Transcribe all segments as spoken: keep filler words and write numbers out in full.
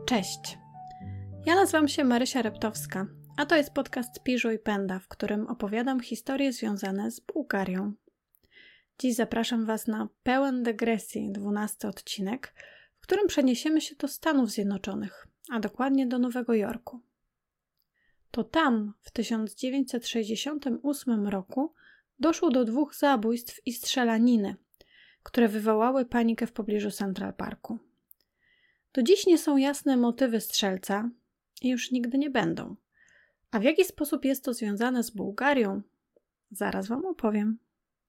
Cześć! Ja nazywam się Marysia Reptowska, a to jest podcast Piżu i Pęda, w którym opowiadam historie związane z Bułgarią. Dziś zapraszam Was na pełen dygresji dwunasty odcinek, w którym przeniesiemy się do Stanów Zjednoczonych, a dokładnie do Nowego Jorku. To tam w tysiąc dziewięćset sześćdziesiątym ósmym roku doszło do dwóch zabójstw i strzelaniny, które wywołały panikę w pobliżu Central Parku. Do dziś nie są jasne motywy strzelca i już nigdy nie będą. A w jaki sposób jest to związane z Bułgarią? Zaraz Wam opowiem.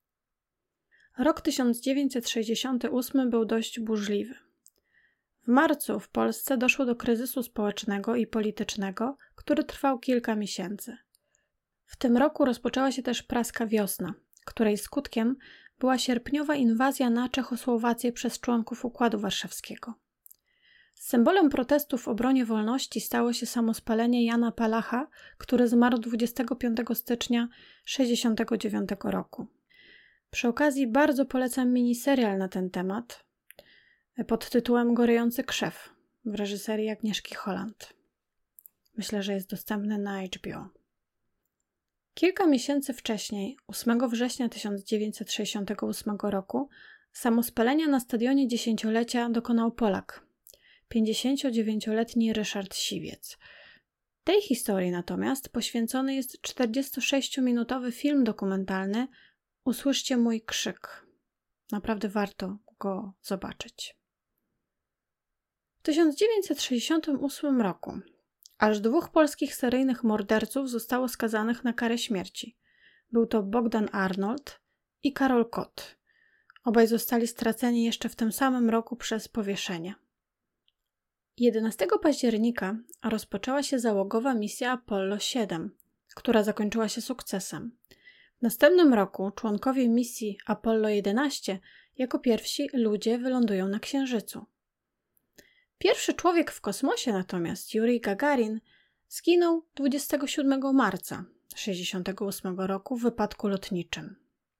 Rok tysiąc dziewięćset sześćdziesiąty ósmy był dość burzliwy. W marcu w Polsce doszło do kryzysu społecznego i politycznego, który trwał kilka miesięcy. W tym roku rozpoczęła się też praska wiosna, której skutkiem była sierpniowa inwazja na Czechosłowację przez członków Układu Warszawskiego. Symbolem protestu w obronie wolności stało się samospalenie Jana Palacha, który zmarł dwudziestego piątego stycznia tysiąc dziewięćset sześćdziesiątego dziewiątego roku. Przy okazji bardzo polecam miniserial na ten temat pod tytułem Gorejący krzew w reżyserii Agnieszki Holland. Myślę, że jest dostępny na H B O. Kilka miesięcy wcześniej, ósmego września tysiąc dziewięćset sześćdziesiątego ósmego roku, samospalenia na stadionie dziesięciolecia dokonał Polak, pięćdziesięciodziewięcioletni Ryszard Siwiec. Tej historii natomiast poświęcony jest czterdziestosześciominutowy film dokumentalny Usłyszcie mój krzyk. Naprawdę warto go zobaczyć. W tysiąc dziewięćset sześćdziesiątym ósmym roku aż dwóch polskich seryjnych morderców zostało skazanych na karę śmierci. Był to Bogdan Arnold i Karol Kot. Obaj zostali straceni jeszcze w tym samym roku przez powieszenie. jedenastego października rozpoczęła się załogowa misja Apollo siedem, która zakończyła się sukcesem. W następnym roku członkowie misji Apollo jedenaście jako pierwsi ludzie wylądują na Księżycu. Pierwszy człowiek w kosmosie natomiast, Jurij Gagarin, zginął dwudziestego siódmego marca tysiąc dziewięćset sześćdziesiątego ósmego roku w wypadku lotniczym.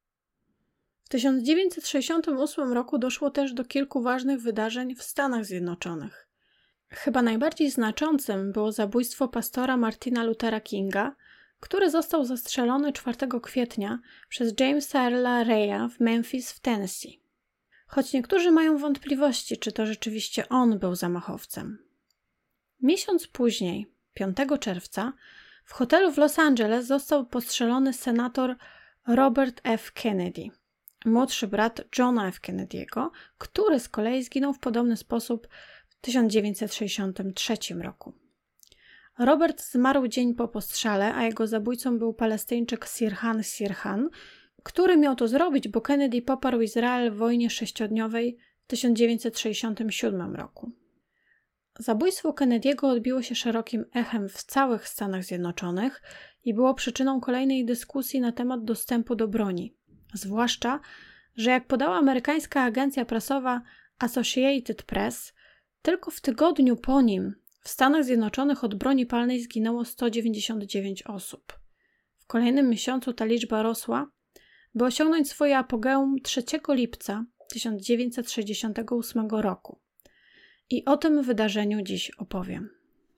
W tysiąc dziewięćset sześćdziesiątym ósmym roku doszło też do kilku ważnych wydarzeń w Stanach Zjednoczonych. Chyba najbardziej znaczącym było zabójstwo pastora Martina Luthera Kinga, który został zastrzelony czwartego kwietnia przez Jamesa Earla Reya w Memphis w Tennessee. Choć niektórzy mają wątpliwości, czy to rzeczywiście on był zamachowcem. Miesiąc później, piątego czerwca, w hotelu w Los Angeles został postrzelony senator Robert F. Kennedy, młodszy brat Johna F. Kennedy'ego, który z kolei zginął w podobny sposób w tysiąc dziewięćset sześćdziesiątym trzecim roku. Robert zmarł dzień po postrzale, a jego zabójcą był Palestyńczyk Sirhan Sirhan, który miał to zrobić, bo Kennedy poparł Izrael w wojnie sześciodniowej w tysiąc dziewięćset sześćdziesiątym siódmym roku. Zabójstwo Kennedy'ego odbiło się szerokim echem w całych Stanach Zjednoczonych i było przyczyną kolejnej dyskusji na temat dostępu do broni. Zwłaszcza, że jak podała amerykańska agencja prasowa Associated Press, tylko w tygodniu po nim w Stanach Zjednoczonych od broni palnej zginęło sto dziewięćdziesiąt dziewięć osób. W kolejnym miesiącu ta liczba rosła, by osiągnąć swoje apogeum trzeciego lipca tysiąc dziewięćset sześćdziesiątego ósmego roku. I o tym wydarzeniu dziś opowiem.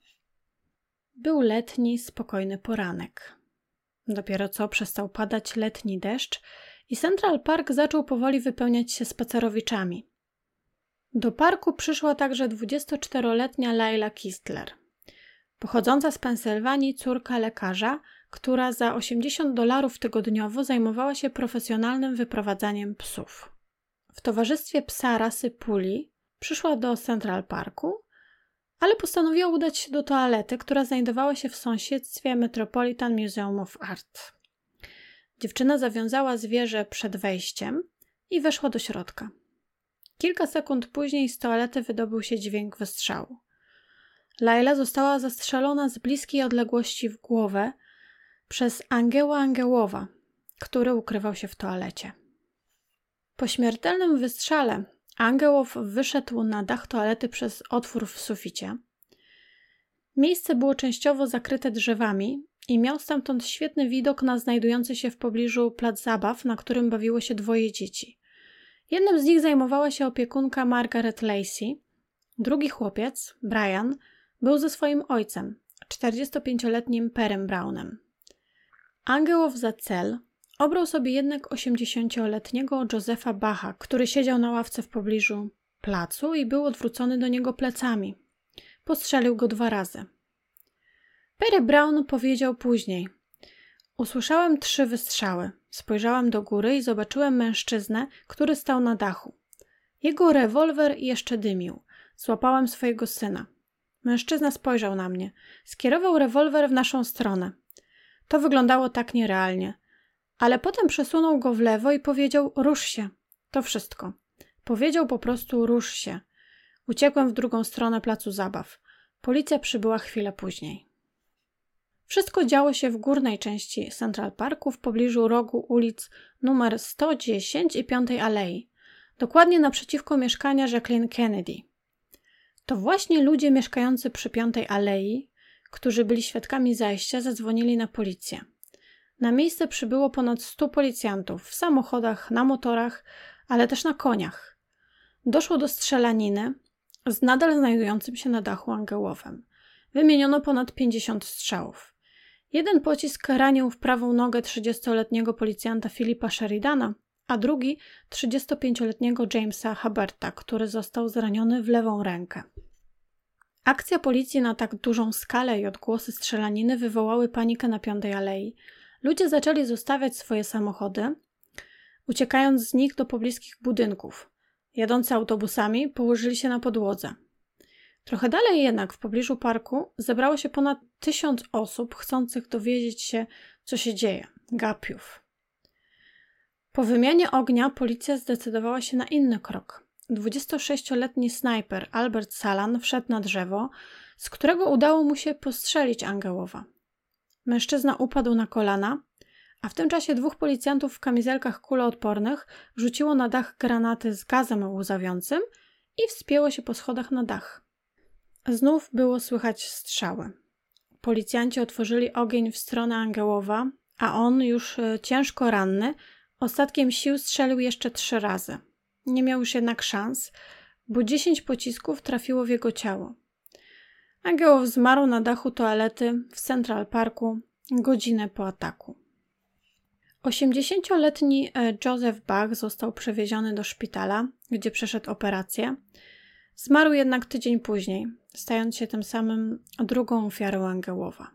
Był letni, spokojny poranek. Dopiero co przestał padać letni deszcz i Central Park zaczął powoli wypełniać się spacerowiczami. Do parku przyszła także dwudziestoczteroletnia Laila Kistler, pochodząca z Pensylwanii córka lekarza, która za osiemdziesiąt dolarów tygodniowo zajmowała się profesjonalnym wyprowadzaniem psów. W towarzystwie psa rasy Puli przyszła do Central Parku, ale postanowiła udać się do toalety, która znajdowała się w sąsiedztwie Metropolitan Museum of Art. Dziewczyna zawiązała zwierzę przed wejściem i weszła do środka. Kilka sekund później z toalety wydobył się dźwięk wystrzału. Laila została zastrzelona z bliskiej odległości w głowę przez Angieła Angiełowa, który ukrywał się w toalecie. Po śmiertelnym wystrzale Angiełow wyszedł na dach toalety przez otwór w suficie. Miejsce było częściowo zakryte drzewami i miał stamtąd świetny widok na znajdujący się w pobliżu plac zabaw, na którym bawiło się dwoje dzieci. Jednym z nich zajmowała się opiekunka Margaret Lacey, Drugi chłopiec, Brian, był ze swoim ojcem, czterdziestopięcioletnim Perrym Brownem. Angełow za cel obrał sobie jednak osiemdziesięcioletniego Josepha Bacha, który siedział na ławce w pobliżu placu i był odwrócony do niego plecami. Postrzelił go dwa razy. Perry Brown powiedział później: usłyszałem trzy wystrzały. Spojrzałem do góry i zobaczyłem mężczyznę, który stał na dachu. Jego rewolwer jeszcze dymił. Złapałem swojego syna. Mężczyzna spojrzał na mnie. Skierował rewolwer w naszą stronę. To wyglądało tak nierealnie. Ale potem przesunął go w lewo i powiedział: rusz się. To wszystko. Powiedział po prostu: rusz się. Uciekłem w drugą stronę placu zabaw. Policja przybyła chwilę później. Wszystko działo się w górnej części Central Parku w pobliżu rogu ulic numer sto dziesięć i piątej Alei, dokładnie naprzeciwko mieszkania Jacqueline Kennedy. To właśnie ludzie mieszkający przy piątej Alei, którzy byli świadkami zajścia, zadzwonili na policję. Na miejsce przybyło ponad stu policjantów w samochodach, na motorach, ale też na koniach. Doszło do strzelaniny z nadal znajdującym się na dachu Angełowem. Wymieniono ponad pięćdziesiąt strzałów. Jeden pocisk ranił w prawą nogę trzydziestoletniego policjanta Philipa Sheridana, a drugi trzydziestopięcioletniego Jamesa Huberta, który został zraniony w lewą rękę. Akcja policji na tak dużą skalę i odgłosy strzelaniny wywołały panikę na piątej Alei. Ludzie zaczęli zostawiać swoje samochody, uciekając z nich do pobliskich budynków. Jadący autobusami położyli się na podłodze. Trochę dalej jednak, w pobliżu parku, zebrało się ponad tysiąc osób chcących dowiedzieć się, co się dzieje. Gapiów. Po wymianie ognia policja zdecydowała się na inny krok. dwudziestosześcioletni snajper Albert Salan wszedł na drzewo, z którego udało mu się postrzelić Angełowa. Mężczyzna upadł na kolana, a w tym czasie dwóch policjantów w kamizelkach kuloodpornych rzuciło na dach granaty z gazem łzawiącym i wspięło się po schodach na dach. Znów było słychać strzały. Policjanci otworzyli ogień w stronę Angełowa, a on, już ciężko ranny, ostatkiem sił strzelił jeszcze trzy razy. Nie miał już jednak szans, bo dziesięć pocisków trafiło w jego ciało. Angełow zmarł na dachu toalety w Central Parku godzinę po ataku. osiemdziesięcioletni Joseph Bach został przewieziony do szpitala, gdzie przeszedł operację. Zmarł jednak tydzień później, stając się tym samym drugą ofiarą Angełowa.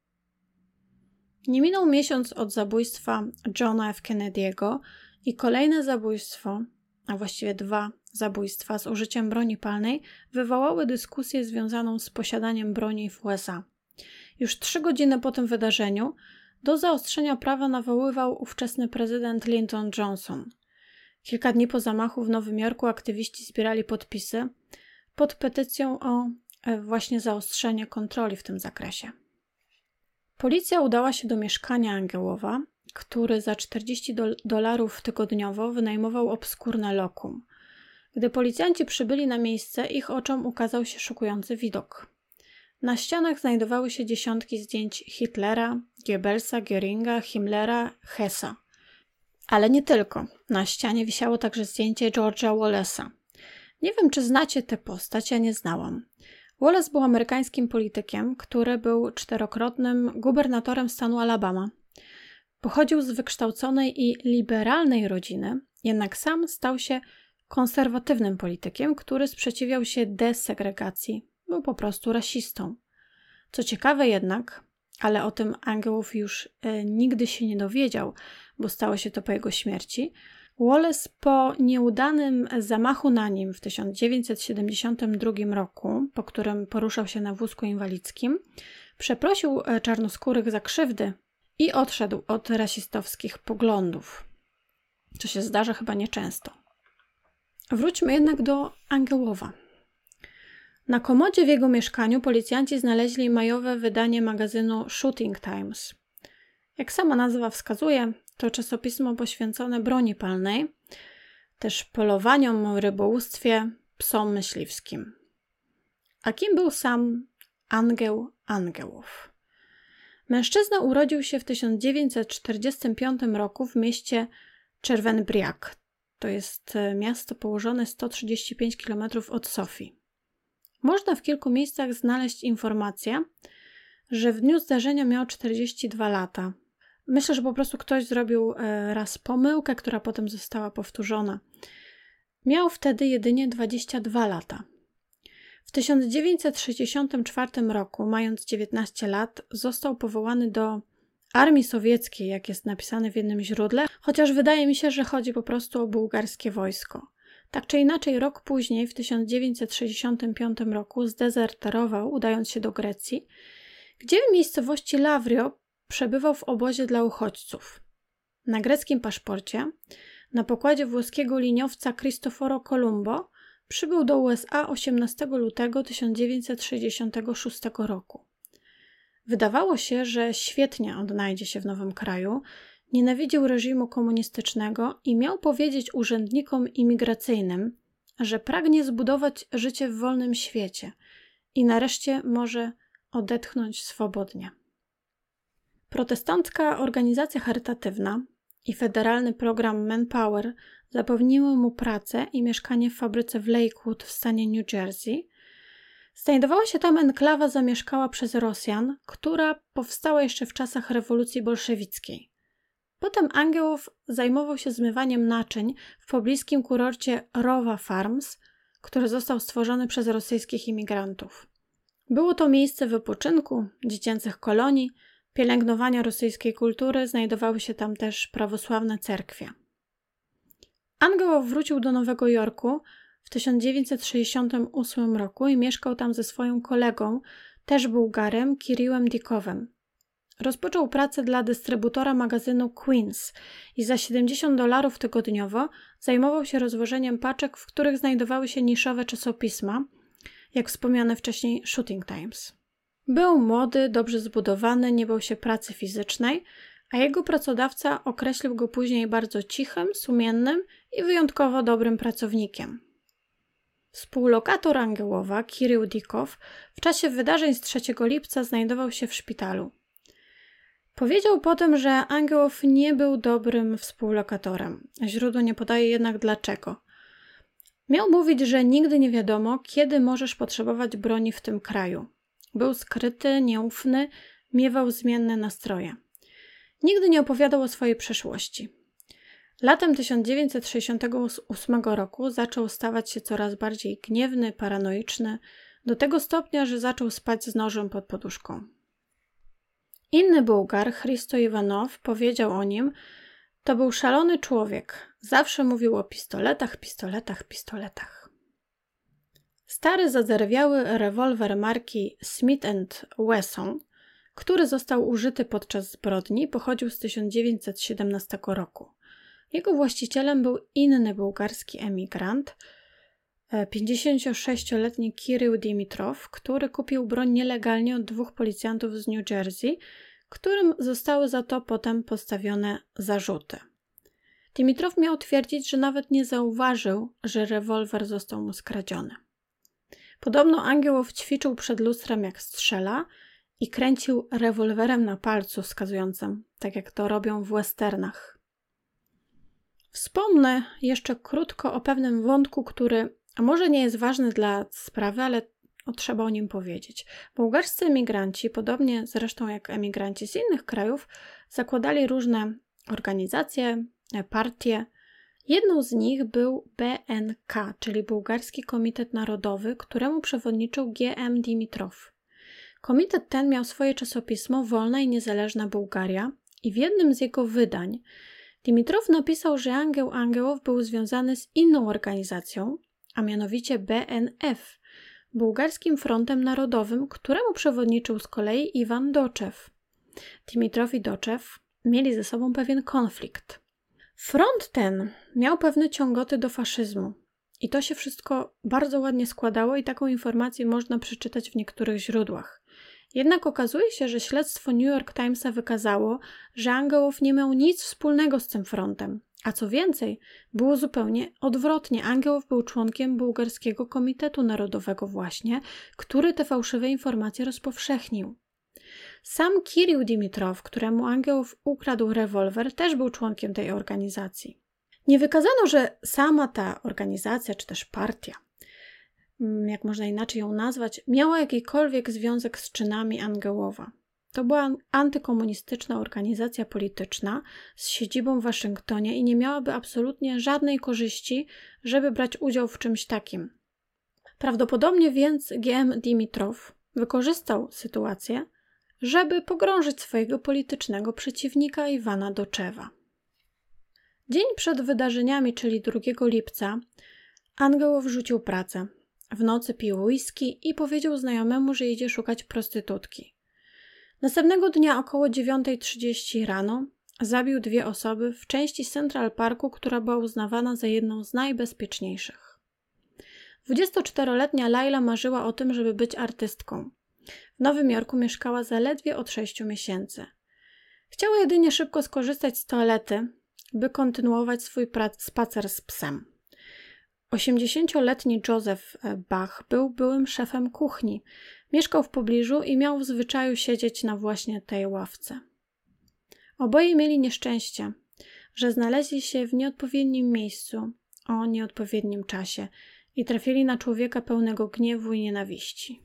Nie minął miesiąc od zabójstwa Johna F. Kennedy'ego i kolejne zabójstwo, a właściwie dwa zabójstwa z użyciem broni palnej, wywołały dyskusję związaną z posiadaniem broni w U S A. Już trzy godziny po tym wydarzeniu do zaostrzenia prawa nawoływał ówczesny prezydent Lyndon Johnson. Kilka dni po zamachu w Nowym Jorku aktywiści zbierali podpisy pod petycją o właśnie zaostrzenie kontroli w tym zakresie. Policja udała się do mieszkania Angełowa, który za czterdzieści dolarów tygodniowo wynajmował obskurne lokum. Gdy policjanci przybyli na miejsce, ich oczom ukazał się szokujący widok. Na ścianach znajdowały się dziesiątki zdjęć Hitlera, Goebbelsa, Göringa, Himmlera, Hessa. Ale nie tylko. Na ścianie wisiało także zdjęcie George'a Wallace'a. Nie wiem, czy znacie tę postać, ja nie znałam. Wallace był amerykańskim politykiem, który był czterokrotnym gubernatorem stanu Alabama. Pochodził z wykształconej i liberalnej rodziny, jednak sam stał się konserwatywnym politykiem, który sprzeciwiał się desegregacji. Był po prostu rasistą. Co ciekawe jednak, ale o tym Angełow już e, nigdy się nie dowiedział, bo stało się to po jego śmierci, Wallace po nieudanym zamachu na nim w tysiąc dziewięćset siedemdziesiątym drugim roku, po którym poruszał się na wózku inwalidzkim, przeprosił czarnoskórych za krzywdy i odszedł od rasistowskich poglądów, co się zdarza chyba nieczęsto. Wróćmy jednak do Angełowa. Na komodzie w jego mieszkaniu policjanci znaleźli majowe wydanie magazynu Shooting Times. Jak sama nazwa wskazuje, to czasopismo poświęcone broni palnej, też polowaniom, rybołówstwie, psom myśliwskim. A kim był sam Angieł Angełow? Mężczyzna urodził się w tysiąc dziewięćset czterdziestym piątym roku w mieście Czerwenbriak. To jest miasto położone sto trzydzieści pięć kilometrów od Sofii. Można w kilku miejscach znaleźć informację, że w dniu zdarzenia miał czterdzieści dwa lata. Myślę, że po prostu ktoś zrobił raz pomyłkę, która potem została powtórzona. Miał wtedy jedynie dwadzieścia dwa lata. W tysiąc dziewięćset sześćdziesiątym czwartym roku, mając dziewiętnaście lat, został powołany do armii sowieckiej, jak jest napisane w jednym źródle, chociaż wydaje mi się, że chodzi po prostu o bułgarskie wojsko. Tak czy inaczej, rok później, w tysiąc dziewięćset sześćdziesiątym piątym roku, zdezerterował, udając się do Grecji, gdzie w miejscowości Lavrio przebywał w obozie dla uchodźców. Na greckim paszporcie, na pokładzie włoskiego liniowca Cristoforo Colombo, przybył do U S A osiemnastego lutego tysiąc dziewięćset sześćdziesiątego szóstego roku. Wydawało się, że świetnie odnajdzie się w nowym kraju, nienawidził reżimu komunistycznego i miał powiedzieć urzędnikom imigracyjnym, że pragnie zbudować życie w wolnym świecie i nareszcie może odetchnąć swobodnie. Protestancka organizacja charytatywna i federalny program Manpower zapewniły mu pracę i mieszkanie w fabryce w Lakewood w stanie New Jersey. Znajdowała się tam enklawa zamieszkała przez Rosjan, która powstała jeszcze w czasach rewolucji bolszewickiej. Potem Angiełow zajmował się zmywaniem naczyń w pobliskim kurorcie Rowa Farms, który został stworzony przez rosyjskich imigrantów. Było to miejsce wypoczynku, dziecięcych kolonii, pielęgnowania rosyjskiej kultury, znajdowały się tam też prawosławne cerkwie. Angiełow wrócił do Nowego Jorku w tysiąc dziewięćset sześćdziesiątym ósmym roku i mieszkał tam ze swoim kolegą, też Bułgarem, Kiriłem Dikowem. Rozpoczął pracę dla dystrybutora magazynu Queens i za siedemdziesiąt dolarów tygodniowo zajmował się rozwożeniem paczek, w których znajdowały się niszowe czasopisma, jak wspomniane wcześniej Shooting Times. Był młody, dobrze zbudowany, nie bał się pracy fizycznej, a jego pracodawca określił go później bardzo cichym, sumiennym i wyjątkowo dobrym pracownikiem. Współlokator Angiełowa, Kirill Dikow, w czasie wydarzeń z trzeciego lipca znajdował się w szpitalu. Powiedział potem, że Angiełow nie był dobrym współlokatorem. Źródło nie podaje jednak dlaczego. Miał mówić, że nigdy nie wiadomo, kiedy możesz potrzebować broni w tym kraju. Był skryty, nieufny, miewał zmienne nastroje. Nigdy nie opowiadał o swojej przeszłości. Latem tysiąc dziewięćset sześćdziesiątego ósmego roku zaczął stawać się coraz bardziej gniewny, paranoiczny, do tego stopnia, że zaczął spać z nożem pod poduszką. Inny Bułgar, Hristo Iwanow, powiedział o nim: to był szalony człowiek. Zawsze mówił o pistoletach, pistoletach, pistoletach. Stary, zadzerwiały rewolwer marki Smith and Wesson, który został użyty podczas zbrodni, pochodził z tysiąc dziewięćset siedemnastego roku. Jego właścicielem był inny bułgarski emigrant, pięćdziesięciosześcioletni Kirill Dimitrow, który kupił broń nielegalnie od dwóch policjantów z New Jersey, którym zostały za to potem postawione zarzuty. Dimitrow miał twierdzić, że nawet nie zauważył, że rewolwer został mu skradziony. Podobno Angiełow ćwiczył przed lustrem, jak strzela, i kręcił rewolwerem na palcu wskazującym, tak jak to robią w westernach. Wspomnę jeszcze krótko o pewnym wątku, który a może nie jest ważny dla sprawy, ale no, trzeba o nim powiedzieć. Bułgarscy emigranci, podobnie zresztą jak emigranci z innych krajów, zakładali różne organizacje, partie. Jedną z nich był B N K, czyli Bułgarski Komitet Narodowy, któremu przewodniczył G M Dimitrow. Komitet ten miał swoje czasopismo Wolna i Niezależna Bułgaria i w jednym z jego wydań Dimitrow napisał, że Angieł Angiełow był związany z inną organizacją, a mianowicie B N F, Bułgarskim Frontem Narodowym, któremu przewodniczył z kolei Iwan Doczew. Dimitrow i Doczew mieli ze sobą pewien konflikt. Front ten miał pewne ciągoty do faszyzmu i to się wszystko bardzo ładnie składało i taką informację można przeczytać w niektórych źródłach. Jednak okazuje się, że śledztwo New York Timesa wykazało, że Angiełow nie miał nic wspólnego z tym frontem. A co więcej, było zupełnie odwrotnie. Angiełow był członkiem Bułgarskiego Komitetu Narodowego właśnie, który te fałszywe informacje rozpowszechnił. Sam Kirill Dimitrow, któremu Angiełow ukradł rewolwer, też był członkiem tej organizacji. Nie wykazano, że sama ta organizacja, czy też partia, jak można inaczej ją nazwać, miała jakikolwiek związek z czynami Angełowa. To była antykomunistyczna organizacja polityczna z siedzibą w Waszyngtonie i nie miałaby absolutnie żadnej korzyści, żeby brać udział w czymś takim. Prawdopodobnie więc G M Dimitrow wykorzystał sytuację, żeby pogrążyć swojego politycznego przeciwnika Iwana Doczewa. Dzień przed wydarzeniami, czyli drugiego lipca, Angełow rzucił pracę. W nocy pił whisky i powiedział znajomemu, że idzie szukać prostytutki. Następnego dnia około dziewiąta trzydzieści rano zabił dwie osoby w części Central Parku, która była uznawana za jedną z najbezpieczniejszych. dwudziestoczteroletnia Laila marzyła o tym, żeby być artystką. W Nowym Jorku mieszkała zaledwie od sześciu miesięcy. Chciała jedynie szybko skorzystać z toalety, by kontynuować swój spacer z psem. osiemdziesięcioletni Joseph Bach był byłym szefem kuchni. Mieszkał w pobliżu i miał w zwyczaju siedzieć na właśnie tej ławce. Oboje mieli nieszczęście, że znaleźli się w nieodpowiednim miejscu, o nieodpowiednim czasie i trafili na człowieka pełnego gniewu i nienawiści.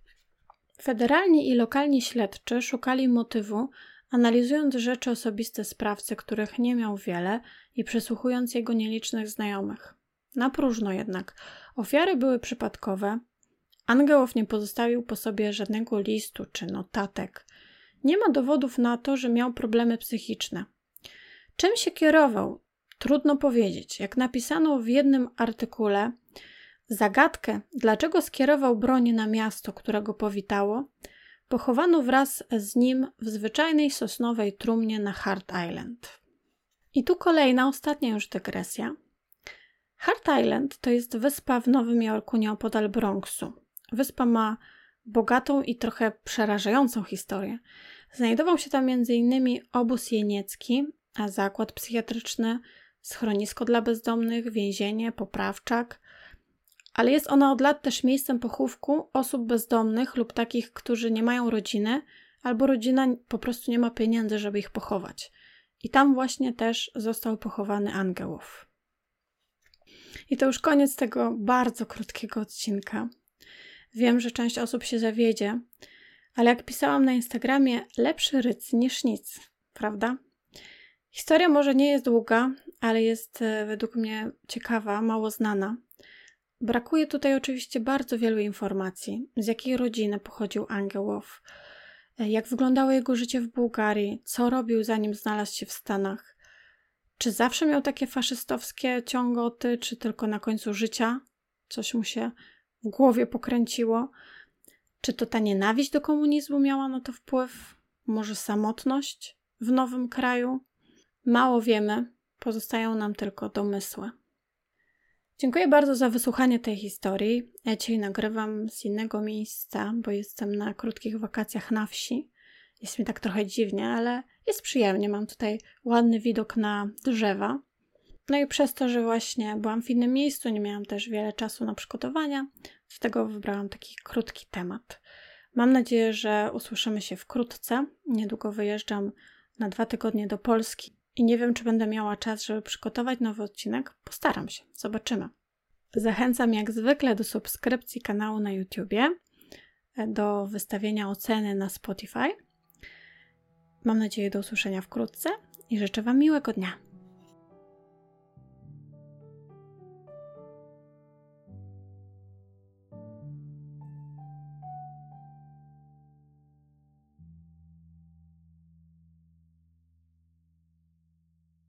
Federalni i lokalni śledczy szukali motywu, analizując rzeczy osobiste sprawcy, których nie miał wiele i przesłuchując jego nielicznych znajomych. Na próżno jednak. Ofiary były przypadkowe. Angełow nie pozostawił po sobie żadnego listu czy notatek. Nie ma dowodów na to, że miał problemy psychiczne. Czym się kierował? Trudno powiedzieć. Jak napisano w jednym artykule, zagadkę, dlaczego skierował broń na miasto, które go powitało, pochowano wraz z nim w zwyczajnej sosnowej trumnie na Hart Island. I tu kolejna, ostatnia już dygresja. Hart Island to jest wyspa w Nowym Jorku nieopodal Bronxu. Wyspa ma bogatą i trochę przerażającą historię. Znajdował się tam między innymi obóz jeniecki, a zakład psychiatryczny, schronisko dla bezdomnych, więzienie, poprawczak. Ale jest ona od lat też miejscem pochówku osób bezdomnych lub takich, którzy nie mają rodziny, albo rodzina po prostu nie ma pieniędzy, żeby ich pochować. I tam właśnie też został pochowany Angełow. I to już koniec tego bardzo krótkiego odcinka. Wiem, że część osób się zawiedzie, ale jak pisałam na Instagramie, lepszy ryc niż nic, prawda? Historia może nie jest długa, ale jest według mnie ciekawa, mało znana. Brakuje tutaj oczywiście bardzo wielu informacji, z jakiej rodziny pochodził Angełow, jak wyglądało jego życie w Bułgarii, co robił zanim znalazł się w Stanach. Czy zawsze miał takie faszystowskie ciągoty, czy tylko na końcu życia coś mu się w głowie pokręciło? Czy to ta nienawiść do komunizmu miała na to wpływ? Może samotność w nowym kraju? Mało wiemy, pozostają nam tylko domysły. Dziękuję bardzo za wysłuchanie tej historii. Ja dzisiaj nagrywam z innego miejsca, bo jestem na krótkich wakacjach na wsi. Jest mi tak trochę dziwnie, ale jest przyjemnie. Mam tutaj ładny widok na drzewa. No i przez to, że właśnie byłam w innym miejscu, nie miałam też wiele czasu na przygotowania, dlatego wybrałam taki krótki temat. Mam nadzieję, że usłyszymy się wkrótce. Niedługo wyjeżdżam na dwa tygodnie do Polski i nie wiem, czy będę miała czas, żeby przygotować nowy odcinek. Postaram się. Zobaczymy. Zachęcam jak zwykle do subskrypcji kanału na YouTubie, do wystawienia oceny na Spotify. Mam nadzieję do usłyszenia wkrótce i życzę Wam miłego dnia.